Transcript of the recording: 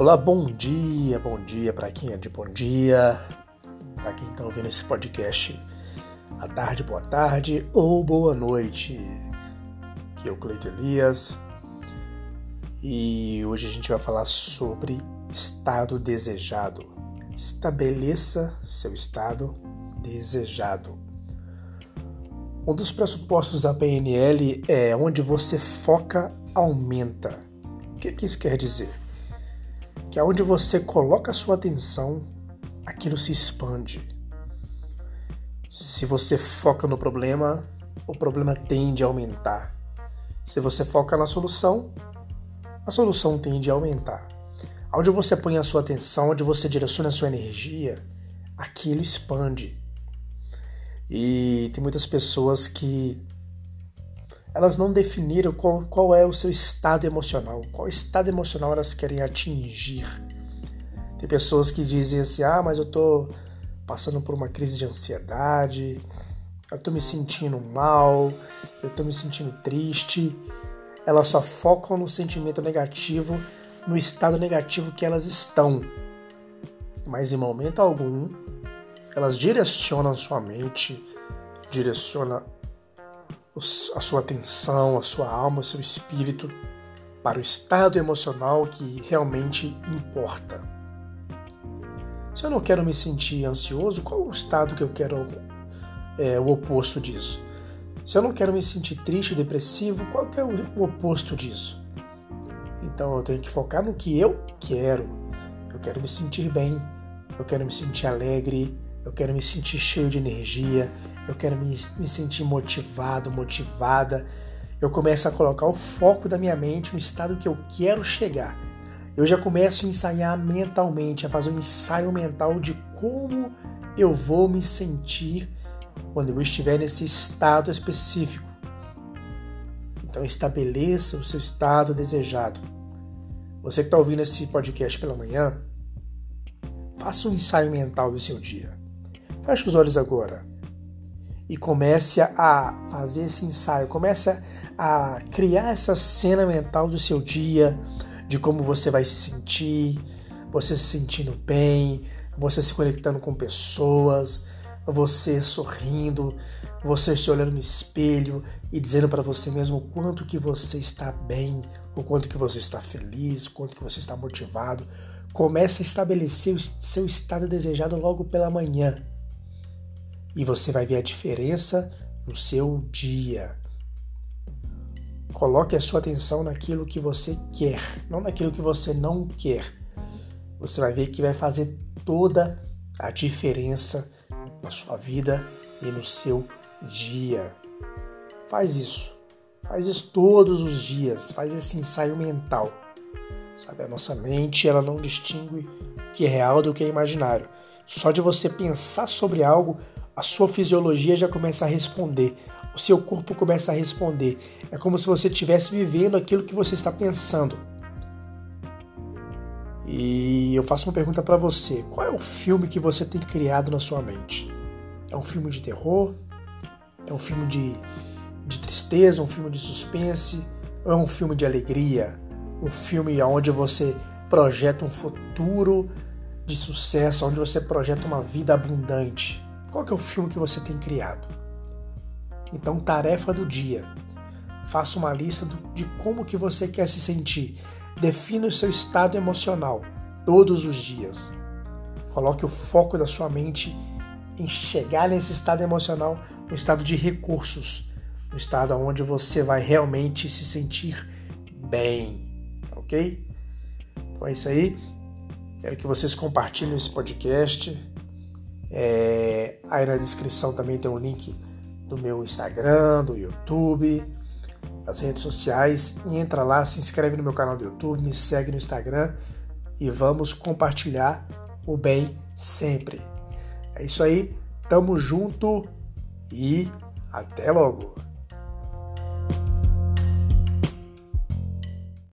Olá, bom dia para quem é de bom dia, para quem está ouvindo esse podcast à tarde, boa tarde ou boa noite. Aqui é o Cleiton Elias e hoje a gente vai falar sobre estado desejado. Estabeleça seu estado desejado. Um dos pressupostos da PNL é onde você foca, aumenta. O que isso quer dizer? Que aonde você coloca a sua atenção, aquilo se expande. Se você foca no problema, o problema tende a aumentar. Se você foca na solução, a solução tende a aumentar. Onde você põe a sua atenção, onde você direciona a sua energia, aquilo expande. E tem muitas pessoas que elas não definiram qual é o seu estado emocional, qual estado emocional elas querem atingir. Tem pessoas que dizem assim, mas eu tô passando por uma crise de ansiedade, eu tô me sentindo mal, eu tô me sentindo triste. Elas só focam no sentimento negativo, no estado negativo que elas estão. Mas em momento algum, elas direcionam sua mente, direcionam a sua atenção, a sua alma, o seu espírito para o estado emocional que realmente importa. Se eu não quero me sentir ansioso, qual é o estado que eu quero o oposto disso? Se eu não quero me sentir triste, depressivo, qual que é o oposto disso? Então eu tenho que focar no que eu quero. Eu quero me sentir bem, eu quero me sentir alegre, eu quero me sentir cheio de energia, eu quero me sentir motivado, motivada. Eu começo a colocar o foco da minha mente no estado que eu quero chegar. Eu já começo a ensaiar mentalmente, a fazer um ensaio mental de como eu vou me sentir quando eu estiver nesse estado específico. Então estabeleça o seu estado desejado. Você que está ouvindo esse podcast pela manhã, faça um ensaio mental do seu dia. Feche os olhos agora e comece a fazer esse ensaio, comece a criar essa cena mental do seu dia, de como você vai se sentir, você se sentindo bem, você se conectando com pessoas, você sorrindo, você se olhando no espelho e dizendo para você mesmo o quanto que você está bem, o quanto que você está feliz, o quanto que você está motivado. Comece a estabelecer o seu estado desejado logo pela manhã. E você vai ver a diferença no seu dia. Coloque a sua atenção naquilo que você quer, não naquilo que você não quer. Você vai ver que vai fazer toda a diferença na sua vida e no seu dia. Faz isso todos os dias, faz esse ensaio mental. Sabe, a nossa mente, ela não distingue o que é real do que é imaginário. Só de você pensar sobre algo, a sua fisiologia já começa a responder, o seu corpo começa a responder. É como se você estivesse vivendo aquilo que você está pensando. E eu faço uma pergunta para você: qual é o filme que você tem criado na sua mente? É um filme de terror? É um filme de tristeza? Um filme de suspense? Ou é um filme de alegria? Um filme onde você projeta um futuro de sucesso, onde você projeta uma vida abundante? Qual que é o filme que você tem criado? Então, tarefa do dia. Faça uma lista de como que você quer se sentir. Defina o seu estado emocional todos os dias. Coloque o foco da sua mente em chegar nesse estado emocional, no estado de recursos, no estado onde você vai realmente se sentir bem. Ok? Então é isso aí. Quero que vocês compartilhem esse podcast. Aí na descrição também tem um link do meu Instagram, do YouTube, das redes sociais. E entra lá, se inscreve no meu canal do YouTube, me segue no Instagram e vamos compartilhar o bem sempre. É isso aí, tamo junto e até logo!